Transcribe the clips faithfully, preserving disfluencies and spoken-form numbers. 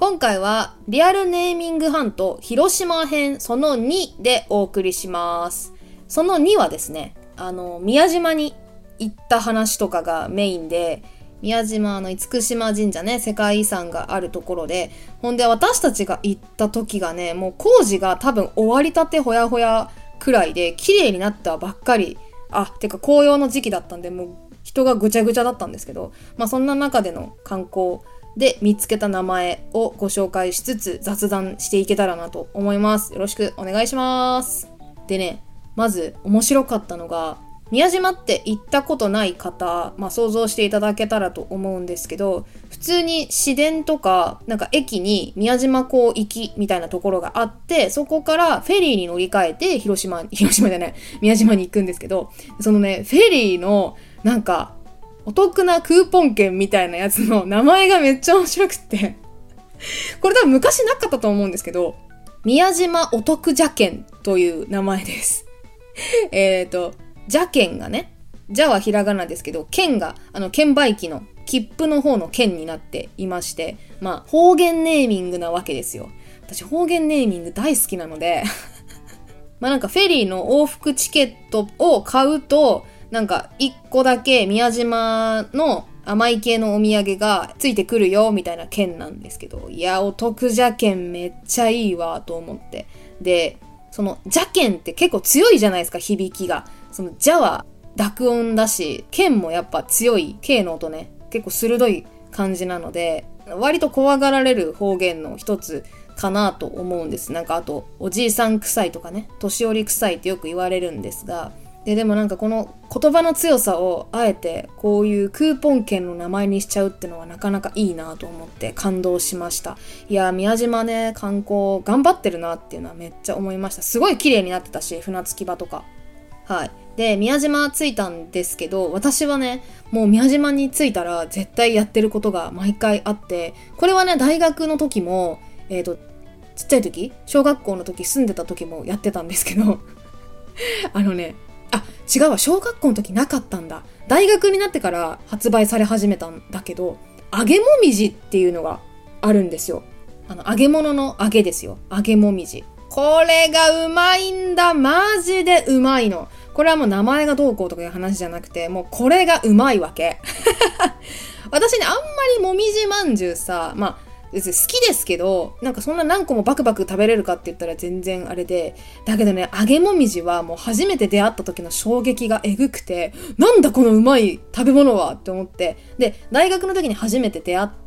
今回はリアルネーミングハント広島編そのにでお送りします。そのにはですね、あの宮島に行った話とかがメインで、宮島の厳島神社ね、世界遺産があるところで、ほんで私たちが行った時がね、もう工事が多分終わりたてほやほやくらいで綺麗になったばっかり、あ、てか紅葉の時期だったんで、もう人がぐちゃぐちゃだったんですけど、まあそんな中での観光で見つけた名前をご紹介しつつ雑談していけたらなと思います。よろしくお願いします。でね、まず面白かったのが、宮島って行ったことない方、まあ想像していただけたらと思うんですけど、普通に市電とかなんか駅に宮島港行きみたいなところがあって、そこからフェリーに乗り換えて広島広島じゃない宮島に行くんですけど、そのねフェリーのなんかお得なクーポン券みたいなやつの名前がめっちゃ面白くってこれ多分昔なかったと思うんですけど、宮島お得じゃ券という名前ですえっとじゃ券がね、じゃはひらがなですけど、券があの券売機の切符の方の券になっていまして、まあ方言ネーミングなわけですよ。私方言ネーミング大好きなのでまあなんかフェリーの往復チケットを買うと、なんか一個だけ宮島の甘い系のお土産がついてくるよみたいな券なんですけど、いやお得じゃ券めっちゃいいわと思って、でそのじゃ券って結構強いじゃないですか、響きが。そのじゃは濁音だし、券もやっぱ強い K の音ね、結構鋭い感じなので、割と怖がられる方言の一つかなと思うんです。なんかあとおじいさん臭いとかね、年寄り臭いってよく言われるんですが、で, でもなんかこの言葉の強さをあえてこういうクーポン券の名前にしちゃうってのはなかなかいいなと思って感動しました。いや宮島ね、観光頑張ってるなっていうのはめっちゃ思いました。すごい綺麗になってたし、船着き場とか。はい。で宮島着いたんですけど、私はねもう宮島に着いたら絶対やってることが毎回あって、これはね大学の時もえっとちっちゃい時、小学校の時住んでた時もやってたんですけどあのねあ、違うわ、小学校の時なかったんだ。大学になってから発売され始めたんだけど、揚げもみじっていうのがあるんですよ。あの揚げ物の揚げですよ、揚げもみじ。これがうまいんだ、マジでうまいの。これはもう名前がどうこうとかいう話じゃなくて、もうこれがうまいわけ私ねあんまりもみじまんじゅうさ、まあ別に好きですけど、なんかそんな何個もバクバク食べれるかって言ったら全然あれで、だけどね揚げもみじはもう初めて出会った時の衝撃がえぐくて、なんだこのうまい食べ物はって思って、で大学の時に初めて出会って、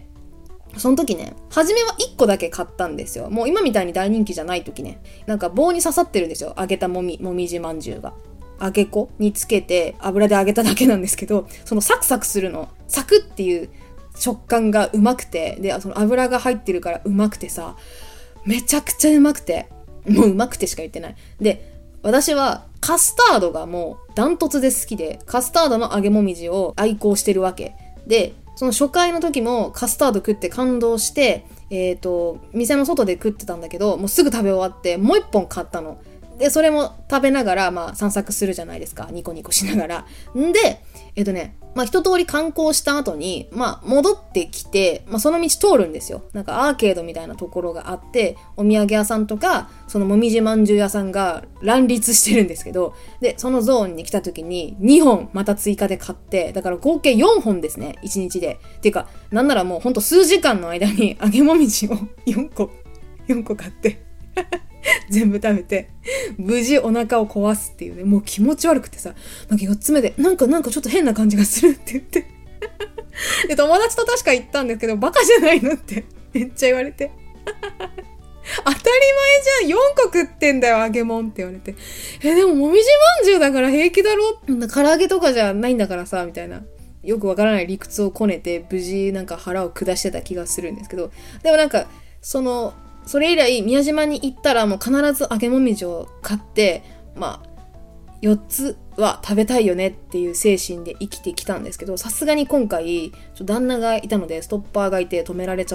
その時ね初めはいっこだけ買ったんですよ。もう今みたいに大人気じゃない時ね、なんか棒に刺さってるんですよ、揚げたもみもみじまんじゅうが。揚げ粉につけて油で揚げただけなんですけど、そのサクサクするの、サクっていう食感がうまくて、でその油が入ってるからうまくてさ、めちゃくちゃうまくて、もううまくてしか言ってない。で私はカスタードがもうダントツで好きで、カスタードの揚げもみじを愛好してるわけで、その初回の時もカスタード食って感動して、えっと店の外で食ってたんだけど、もうすぐ食べ終わってもう一本買ったので、それも食べながらまあ散策するじゃないですか、ニコニコしながら。んでえっとねまあ一通り観光した後にまあ戻ってきて、まあその道通るんですよ。なんかアーケードみたいなところがあって、お土産屋さんとかそのもみじまんじゅう屋さんが乱立してるんですけど、でそのゾーンに来た時ににほんまた追加で買って、だから合計よんほんですね、いちにちで。っていうかなんならもうほんと数時間の間に揚げもみじをよんこよんこ買って全部食べて無事お腹を壊すっていうね、もう気持ち悪くてさ、なんかよっつめでなんかなんかちょっと変な感じがするって言ってで友達と確か行ったんですけど、バカじゃないのってめっちゃ言われて当たり前じゃん、よんこ食ってんだよ揚げもんって言われて、えでももみじまんじゅうだから平気だろ、唐揚げとかじゃないんだからさみたいな、よくわからない理屈をこねて無事なんか腹を下してた気がするんですけど、でもなんかそのそれ以来宮島に行ったらもう必ず揚げもみじを買って、まあよっつは食べたいよねっていう精神で生きてきたんですけど、さすがに今回ちょっと旦那がいたのでストッパーがいて止められちゃって、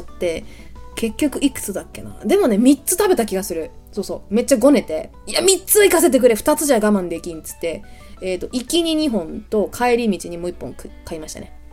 結局いくつだっけな、でもねみっつ食べた気がする。そうそうめっちゃごねて、いやみっつ行かせてくれ、ふたつじゃ我慢できんっつって、えっと行きににほんと帰り道にもういっぽん買いましたね。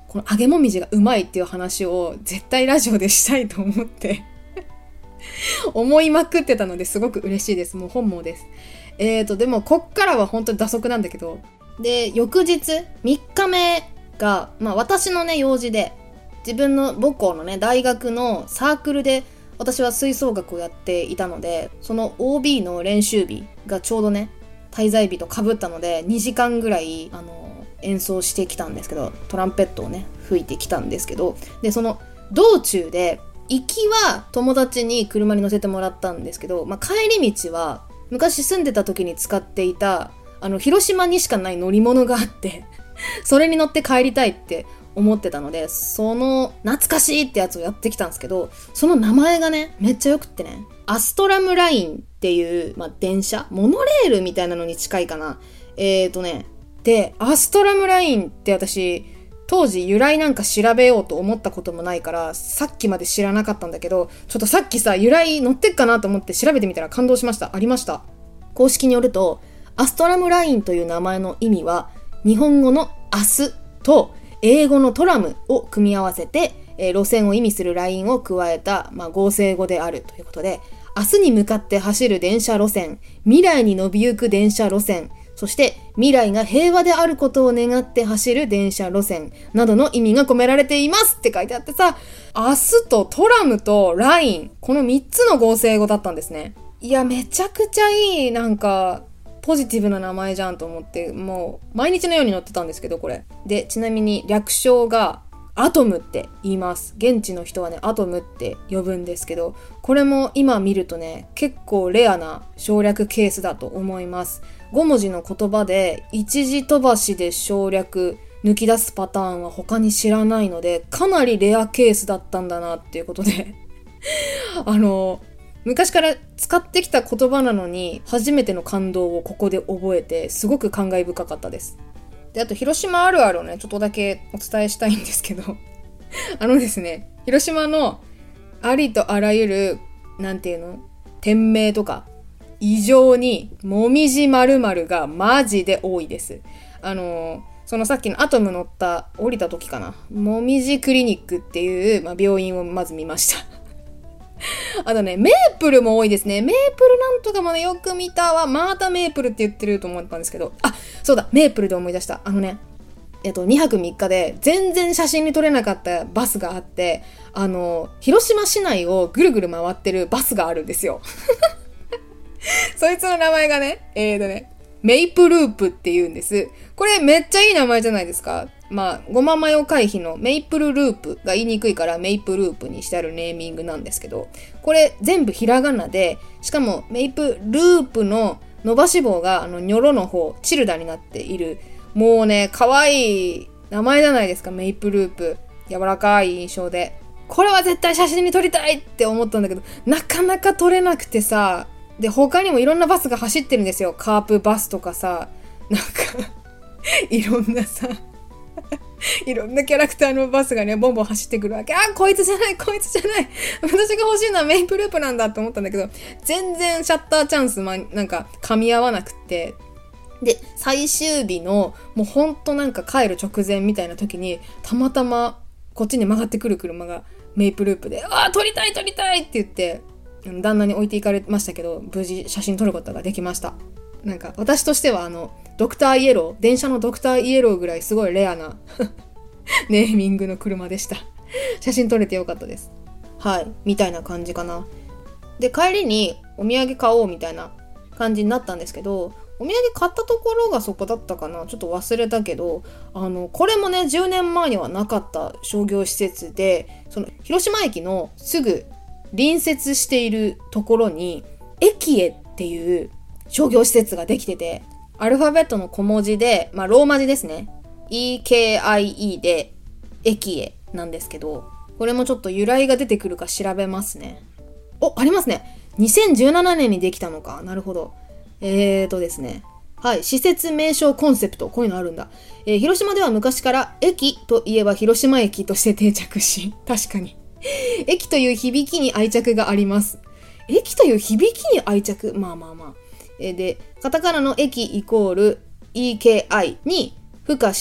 この揚げもみじがうまいっていう話を絶対ラジオでしたいと思って思いまくってたのですごく嬉しいです。もう本望です。えーとでもこっからは本当に打足なんだけど、で翌日みっかめが、まあ、私のね用事で、自分の母校のね大学のサークルで私は吹奏楽をやっていたので、その オービー の練習日がちょうどね滞在日と被ったので、にじかんぐらいあの演奏してきたんですけど、トランペットをね吹いてきたんですけど、でその道中で行きは友達に車に乗せてもらったんですけど、まあ、帰り道は昔住んでた時に使っていたあの広島にしかない乗り物があってそれに乗って帰りたいって思ってたので、その懐かしいってやつをやってきたんですけど、その名前がねめっちゃよくってね、アストラムラインっていう、まあ、電車モノレールみたいなのに近いかな。えーとねでアストラムラインって私当時由来なんか調べようと思ったこともないからさっきまで知らなかったんだけど、ちょっとさっきさ由来載ってっかなと思って調べてみたら感動しました。ありました。公式によるとアストラムラインという名前の意味は、日本語の明日と英語のトラムを組み合わせて、えー、路線を意味するラインを加えた、まあ、合成語であるということで、明日に向かって走る電車路線、未来に伸びゆく電車路線、そして未来が平和であることを願って走る電車路線などの意味が込められていますって書いてあってさ、明日とトラムとライン、このみっつの合成語だったんですね。いやめちゃくちゃいい、なんかポジティブな名前じゃんと思って、もう毎日のように載ってたんですけど、これでちなみに略称がアトムって言います。現地の人はねアトムって呼ぶんですけど、これも今見るとね結構レアな省略ケースだと思います。ごもじの言葉で一時飛ばしで省略抜き出すパターンは他に知らないので、かなりレアケースだったんだなっていうことであの昔から使ってきた言葉なのに初めての感動をここで覚えて、すごく感慨深かったです。であと広島あるあるをねちょっとだけお伝えしたいんですけどあのですね、広島のありとあらゆるなんていうの店名とか異常にもみじ〇〇がマジで多いです。あのそのさっきのアトム乗った降りた時かな、もみじクリニックっていう、まあ、病院をまず見ましたあとねメープルも多いですね。メープルなんとかもねよく見たわ。またメープルって言ってると思ったんですけど、あそうだメープルで思い出した。あのねえっとにはくみっかで全然写真に撮れなかったバスがあって、あの広島市内をぐるぐる回ってるバスがあるんですよそいつの名前がねえーとねメイプループって言うんです。これめっちゃいい名前じゃないですか。まあごまマヨ回避のメイプルループが言いにくいからメイプループにしてあるネーミングなんですけど、これ全部ひらがなで、しかもメイプループの伸ばし棒があのニョロの方チルダになっている、もうね可愛い名前じゃないですか。メイプループ、柔らかい印象で、これは絶対写真に撮りたいって思ったんだけどなかなか撮れなくてさ。で他にもいろんなバスが走ってるんですよ。カープバスとかさ、なんかいろんなさいろんなキャラクターのバスがねボンボン走ってくるわけ。あこいつじゃないこいつじゃない私が欲しいのはメイプループなんだと思ったんだけど、全然シャッターチャンス、ま、なんか噛み合わなくて、で最終日のもうほんとなんか帰る直前みたいな時にたまたまこっちに曲がってくる車がメイプループで、あー撮りたい撮りたいって言って旦那に置いていかれましたけど、無事写真撮ることができました。なんか私としてはあのドクターイエロー、電車のドクターイエローぐらいすごいレアなネーミングの車でした。写真撮れてよかったです。はい、みたいな感じかな。で帰りにお土産買おうみたいな感じになったんですけど、お土産買ったところがそこだったかな、ちょっと忘れたけど、あのこれもねじゅうねんまえにはなかった商業施設で、その広島駅のすぐ隣接しているところにエキエっていう商業施設ができてて、アルファベットの小文字で、まあローマ字ですね、 イーケーアイイー でエキエなんですけど、これもちょっと由来が出てくるか調べますね。お、ありますね。にせんじゅうななねんにできたのか。なるほど。えーとですねはい、施設名称コンセプト、こういうのあるんだ。えー、広島では昔から駅といえば広島駅として定着し、確かに駅という響きに愛着があります。駅という響きに愛着、まあまあまあ。えー、で、カタカナの駅イコール イーケーアイ に付加した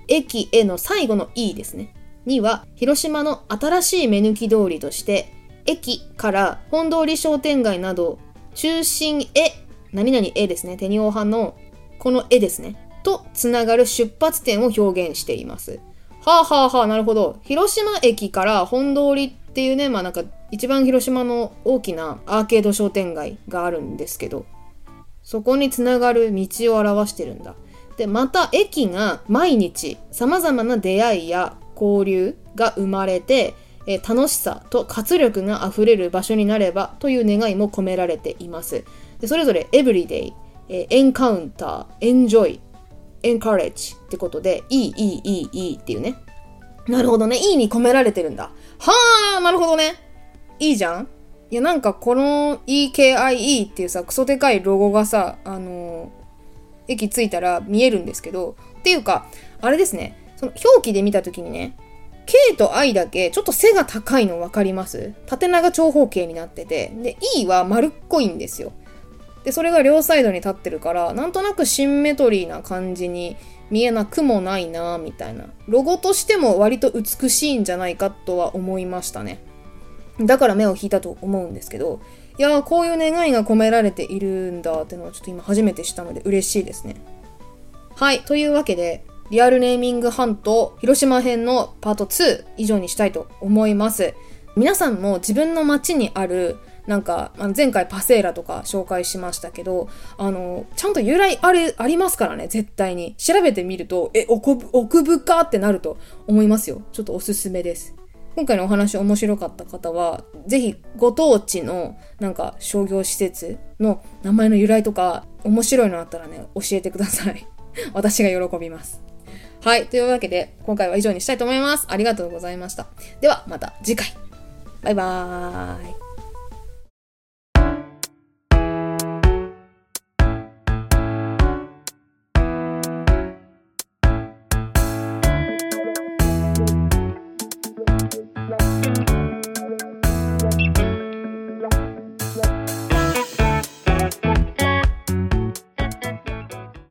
駅への最後の E ですね。には、広島の新しい目抜き通りとして、駅から本通り商店街など、中心へ、何々へですね、テニオ派のこの絵ですね、とつながる出発点を表現しています。はあはあはあ、なるほど。広島駅から本通りっていうね、まあなんか一番広島の大きなアーケード商店街があるんですけど、そこにつながる道を表してるんだ。で、また駅が毎日様々な出会いや交流が生まれて、えー、楽しさと活力があふれる場所になればという願いも込められています。で、それぞれ everyday、えー、encounter、enjoy、encourage ってことで、いい、いい、いい、いいっていうね。なるほどね。いいに込められてるんだ。はあ、なるほどね。いいじゃん。いや、なんかこの イーケーアイイー っていうさ、クソでかいロゴがさ、あのー、駅着いたら見えるんですけど、っていうか、あれですね。その表記で見たときにね、K と I だけちょっと背が高いの分かります？縦長長方形になってて、で、E は丸っこいんですよ。で、それが両サイドに立ってるから、なんとなくシンメトリーな感じに見えなくもないなみたいな。ロゴとしても割と美しいんじゃないかとは思いましたね。だから目を引いたと思うんですけど、いやー、こういう願いが込められているんだってのはちょっと今初めて知ったので嬉しいですね。はい、というわけで、リアルネーミングハント広島編のパートツー以上にしたいと思います。皆さんも自分の街にあるなんかあの前回パセーラとか紹介しましたけど、あのちゃんと由来あるありますからね。絶対に調べてみるとえ奥奥深ってなると思いますよ。ちょっとおすすめです。今回のお話面白かった方はぜひご当地のなんか商業施設の名前の由来とか面白いのあったらね教えてください。私が喜びます。はい。というわけで、今回は以上にしたいと思います。ありがとうございました。では、また次回。バイバーイ。